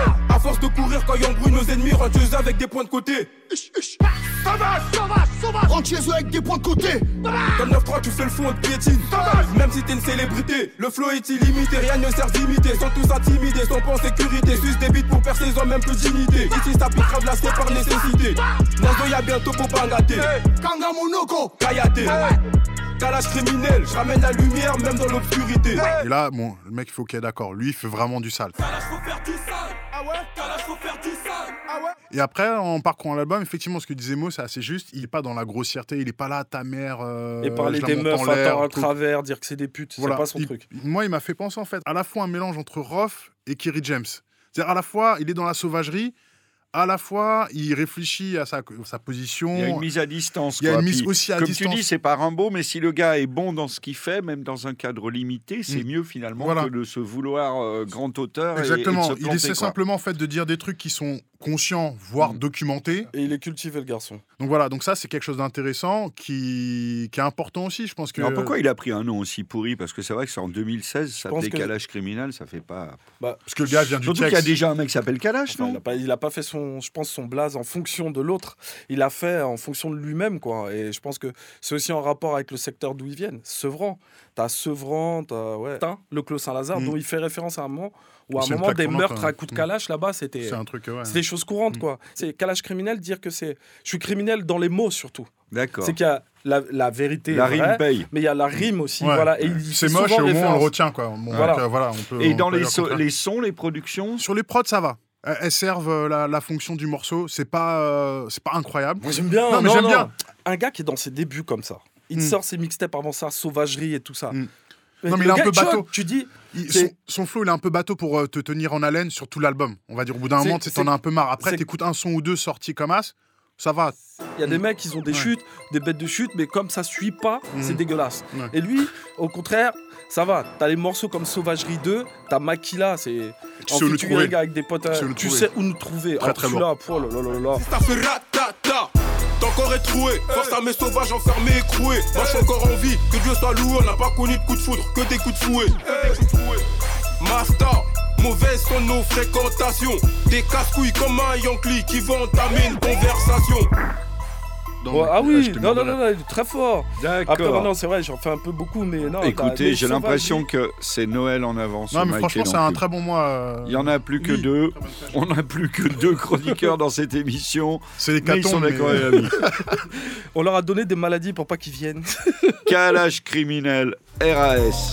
À force de courir quand y embrouille nos ennemis, rendus avec des points de côté. Sauvage, sauvage, sauvage. Rentre chez eux avec des points de côté. Dans le neuf trois, tu fais le fou, on te piétine. Même si t'es une célébrité, le flow est illimité, rien ne sert d'imiter. Sont tous intimidés, sont pas en sécurité. Suce des bites pour percer, ils ont même plus de dignité. Ici, ça pique grave la c'est par nécessité. Nazo, y'a bientôt pour bangater. Kanga Monoko, Kayate. Kalash Criminel, je ramène la lumière même dans l'obscurité. Et là, bon, le mec, il faut qu'il est d'accord. Lui, il fait vraiment du sale. Kalash faut faire du sale. Ah ouais Kalash faut faire du sale. Ah ouais Et après, en parcourant l'album, effectivement, ce que disait Mo, c'est assez juste. Il est pas dans la grossièreté, il est pas là, ta mère. Euh, Et parler je la des monte meufs en l'air, à, à tout. travers, dire que c'est des putes, Voilà. c'est pas son Il- truc. Moi, il m'a fait penser en fait à la fois un mélange entre Roth et Kerry James. C'est-à-dire à la fois, il est dans la sauvagerie, à la fois, il réfléchit à sa, sa position. Il y a une mise à distance. Il y a quoi. une mise Puis, aussi à comme distance. tu dis, c'est pas Rimbaud, mais si le gars est bon dans ce qu'il fait, même dans un cadre limité, c'est Mm. mieux finalement Voilà. que de se vouloir euh, grand auteur et- Exactement. et, de se il planter, essaie quoi. simplement en fait de dire des trucs qui sont conscients, voire Mm. documentés. Et il est cultivé, le garçon. Donc voilà, donc ça c'est quelque chose d'intéressant qui... qui est important aussi, je pense que. Alors pourquoi il a pris un nom aussi pourri? Parce que c'est vrai que c'est en deux mille seize, ça pense s'appelait que- Kalash Criminel, ça fait pas. Parce que le gars vient du Surtout qu'il y a texte. déjà un mec qui s'appelle Kalash, Enfin, il non n'a pas, il a pas fait son, je pense, son blaze en fonction de l'autre. Il a fait en fonction de lui-même, quoi. Et je pense que c'est aussi en rapport avec le secteur d'où ils viennent. Sevran. T'as Sevran, t'as ouais. T'as le Clos Saint-Lazare, Mm. dont il fait référence à un moment où à un C'est une moment plaque des tournante, meurtres hein. à coups de Mm. Kalash là-bas, c'était. C'est un truc, ouais. C'est des choses courantes, Mm. quoi. C'est Kalash criminel, dire que c'est. Je suis criminel dans les mots surtout. D'accord. C'est qu'il y a la, la vérité, La est rime vraie, paye. mais il y a la rime aussi, Ouais. voilà. Et il C'est fait moche et souvent au moins on le référence. retient, quoi. Bon, Voilà. donc, euh, voilà, on peut, Et on dans peut les, dire so- contraire. les sons, les productions Sur les prods, ça va. Elles elles servent euh, la, la fonction du morceau. C'est pas, euh, c'est pas incroyable. Moi j'aime bien. Non, mais j'aime bien. Un gars qui est dans ses débuts comme ça. Il Mm. sort ses mixtapes avant ça, Sauvagerie et tout ça. Mm. Mais Non, mais le il est un gars, peu tu vois, bateau. Tu dis, Il- c'est- son, son flow, il est un peu bateau pour euh, te tenir en haleine sur tout l'album. On va dire, au bout d'un C'est- moment, tu sais, t'en c'est- as un peu marre. Après, c'est- t'écoutes un son ou deux sortis comme as. Ça va. Il y a des Mm. mecs, ils ont des Ouais. chutes, des bêtes de chute, mais comme ça suit pas, Mm. c'est dégueulasse. Ouais. Et lui, au contraire, ça va. T'as les morceaux comme Sauvagerie deux, t'as Makila, c'est Tu en sais où nous featuring trouver. avec des potes. Tu sais où nous Tu trouver. sais où nous trouver. Très, Alors, très celui-là, oh là là là là. Ça fait ratata. Ton corps est troué, force à mes sauvages enfermés, écroués. Moi je suis encore en vie, que Dieu soit loué. On n'a pas connu de coups de foudre, que des coups de fouet. Master, mauvaises sont nos fréquentations. Des casse-couilles comme un Yankee qui vont entamer une conversation. Donc, Ouais, ah là, oui, je te non, non, demande non, non, il est très fort. Après, D'accord. maintenant, c'est vrai, j'en fais un peu beaucoup, mais non. t'as Écoutez, des j'ai Sauvageries. l'impression que c'est Noël en avance. Non, au mais Mike franchement, et c'est un l'enclume. très bon mois. euh, Il y en a plus que oui. deux. Très bonne pêche. On n'a plus que deux chroniqueurs dans cette émission. C'est les Mais ils sont catombes. d'accord mais- avec la vie. On leur a donné des maladies pour pas qu'ils viennent. Calage criminel, R A S.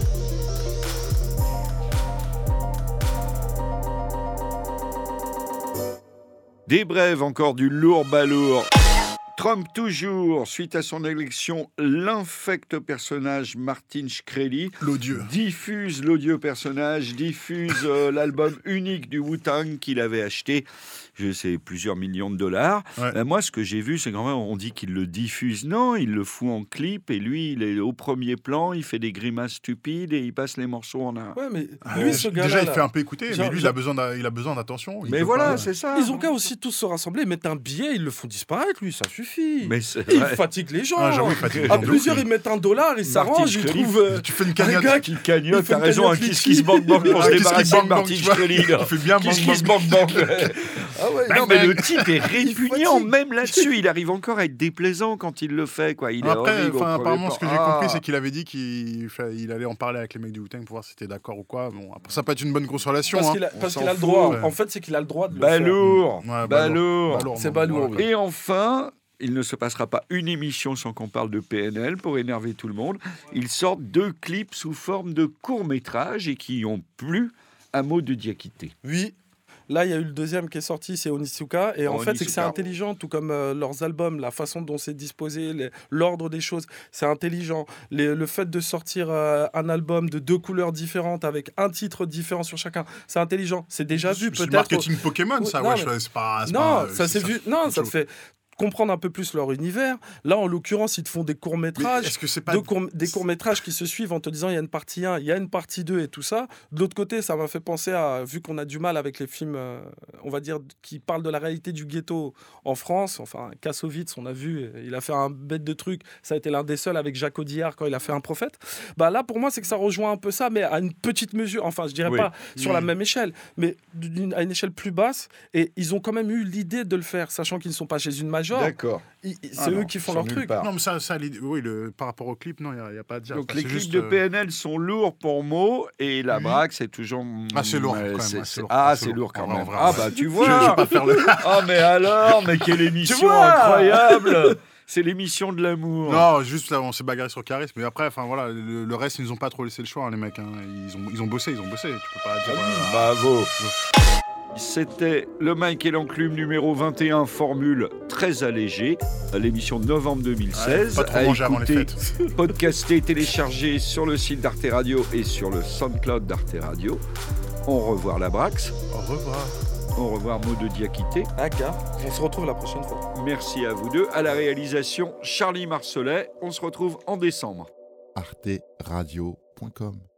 Des brèves, encore du lourd balourd. Trump toujours, suite à son élection, l'infect personnage Martin Shkreli L'odieux. diffuse l'odieux personnage, diffuse euh, l'album unique du Wu-Tang qu'il avait acheté, je sais, plusieurs millions de dollars. Ouais. Euh, moi, ce que j'ai vu, c'est quand même, on dit qu'il le diffuse. Non, il le fout en clip et lui, il est au premier plan, il fait des grimaces stupides et il passe les morceaux en un. Ouais, mais Ah, lui, ce gars-là. Déjà, il là, fait un peu écouter, Genre- mais lui, il a besoin d'a- il a besoin d'attention. il Mais peut voilà, pas- c'est ça. Ils ont qu'à aussi tous se rassembler, mettre un billet, ils le font disparaître, lui, ça suffit. Mais c'est Il vrai. fatigue les gens. Ah, j'avoue, il fatigue les à gens de plusieurs, ouf, ils mettent un dollar, ils s'arrangent, ils Shkreli, trouvent. euh, Tu fais une un cagnotte. gars Qui cagnotte, Il fait t'as une raison, un cagnotte kiss liquide. kiss bank bank pour Ah, se kiss débarrasser kiss de bank bank, Martin tu vois. Shkreli. là. Il fait bien Kiss bang, kiss bang. bank bank. Ah ouais, Non, non, mais mais le type est répugnant, fatigue. même là-dessus. Il arrive encore à être déplaisant quand il le fait, quoi. Il est Après, horrible. au enfin, premier apparemment, plan. ce que j'ai Ah. compris, c'est qu'il avait dit qu'il fa- il allait en parler avec les mecs du Wu-Tang pour voir si c'était d'accord ou quoi. Bon, après, ça peut être une bonne grosse relation. Parce hein. qu'il a, parce s'en qu'il a le fout, droit. ouais. En fait, c'est qu'il a le droit de le faire. Balourd, Ouais, balourd. balourd. Balourd, C'est bon, balourd, voilà. oui. Et enfin, il ne se passera pas une émission sans qu'on parle de P N L pour énerver tout le monde. Ils sortent deux clips sous forme de courts-métrages et qui ont plu à mot de Diakité. Oui. Là, il y a eu le deuxième qui est sorti, c'est Onitsuka. Et en fait, c'est que c'est Onitsuka. intelligent, tout comme euh, leurs albums, la façon dont c'est disposé, les- l'ordre des choses, c'est intelligent. Les- le fait de sortir euh, un album de deux couleurs différentes avec un titre différent sur chacun, c'est intelligent. C'est déjà vu, C'est du peut-être. marketing Pokémon, Oui, ça, non, ouais, mais- c'est pas. c'est Non, pas- ça c'est- s'est vu. Non, ça te fait comprendre un peu plus leur univers. Là, en l'occurrence, ils te font des Mais courts-métrages. Est-ce que c'est pas. Deux courts- des courts-métrages qui se suivent en te disant il y a une partie un, il y a une partie deux et tout ça. De l'autre côté, ça m'a fait penser à, vu qu'on a du mal avec les films, euh, on va dire, qui parlent de la réalité du ghetto en France, enfin, Kassovitz, on a vu, il a fait un bête de truc, ça a été l'un des seuls avec Jacques Audiard quand il a fait Un prophète. Bah là, pour moi, c'est que ça rejoint un peu ça, mais à une petite mesure, enfin, je dirais Oui. pas sur la Mm. même échelle, mais d'une- à une échelle plus basse. Et ils ont quand même eu l'idée de le faire, sachant qu'ils ne sont pas chez une major. D'accord. Ils- ils- Ah C'est non, eux qui font ils leur sont nulle truc. part. Non, mais ça, ça l'idée- oui, le, par rapport au clip, non, il n'y a, a pas à dire. Donc Enfin, les c'est clips juste, de euh, P N L sont lourds pour mots et la Oui. braque c'est toujours. Ah, c'est lourd, Ouais, quand même, c'est- ouais, c'est c'est- lourd. Ah Ah, c'est c'est lourd lourd. quand En vrai, même. en vrai, Ah en vrai. bah tu Je, je vois. vais pas faire le. Ah mais alors, mais quelle émission vois. incroyable. C'est l'émission de l'amour. Non, juste là, on s'est bagarré sur Charisme, mais après, enfin voilà, le, le reste, ils nous ont pas trop laissé le choix, hein, les mecs. hein. Ils, ont, ils ont bossé, ils ont bossé. Tu peux pas dire. euh, Bravo. C'était le Mike et l'enclume numéro vingt et un, formule très allégée, l'émission de novembre deux mille seize. Ouais, pas trop à manger avant les écouter, fêtes. podcasté, téléchargé sur le site d'Arte Radio et sur le SoundCloud d'Arte Radio. On revoit la Brax, Au revoir. on revoit Maud de Diakité. Aka, on se retrouve la prochaine fois. Merci à vous deux. À la réalisation, Charlie Marcelet. On se retrouve en décembre. arte radio point com